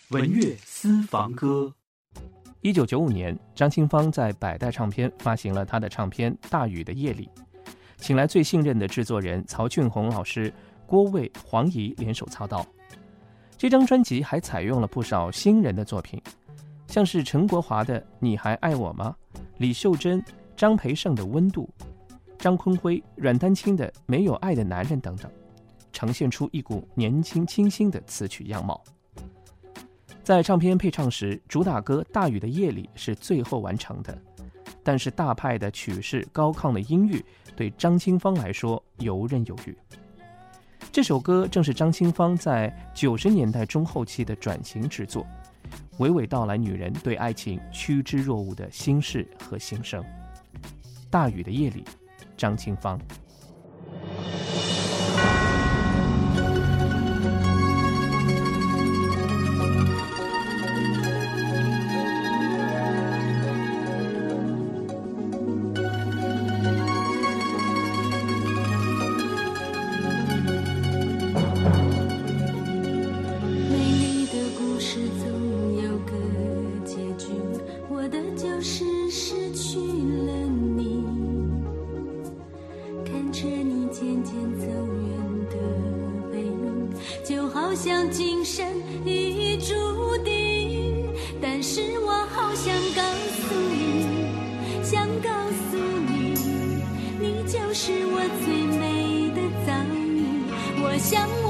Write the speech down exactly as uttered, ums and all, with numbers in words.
文乐私房歌。 一九九五年，张清芳在百代唱片发行了她的唱片《大雨的夜里》，请来最信任的制作人曹俊宏老师、郭卫、黄怡联手操刀。这张专辑还采用了不少新人的作品，像是陈国华的《你还爱我吗》，李秀珍、张培胜的《温度》，张坤辉、阮丹青的《没有爱的男人》等等，呈现出一股年轻清新的词曲样貌。在唱片配唱时，主打歌《大雨的夜里》是最后完成的，但是大派的曲式、高亢的音域对张清芳来说游刃有余。这首歌正是张清芳在九十年代中后期的转型之作，娓娓道来女人对爱情趋之若鹜的心事和心声。大雨的夜里，张清芳。 是我最美的遭遇，我想我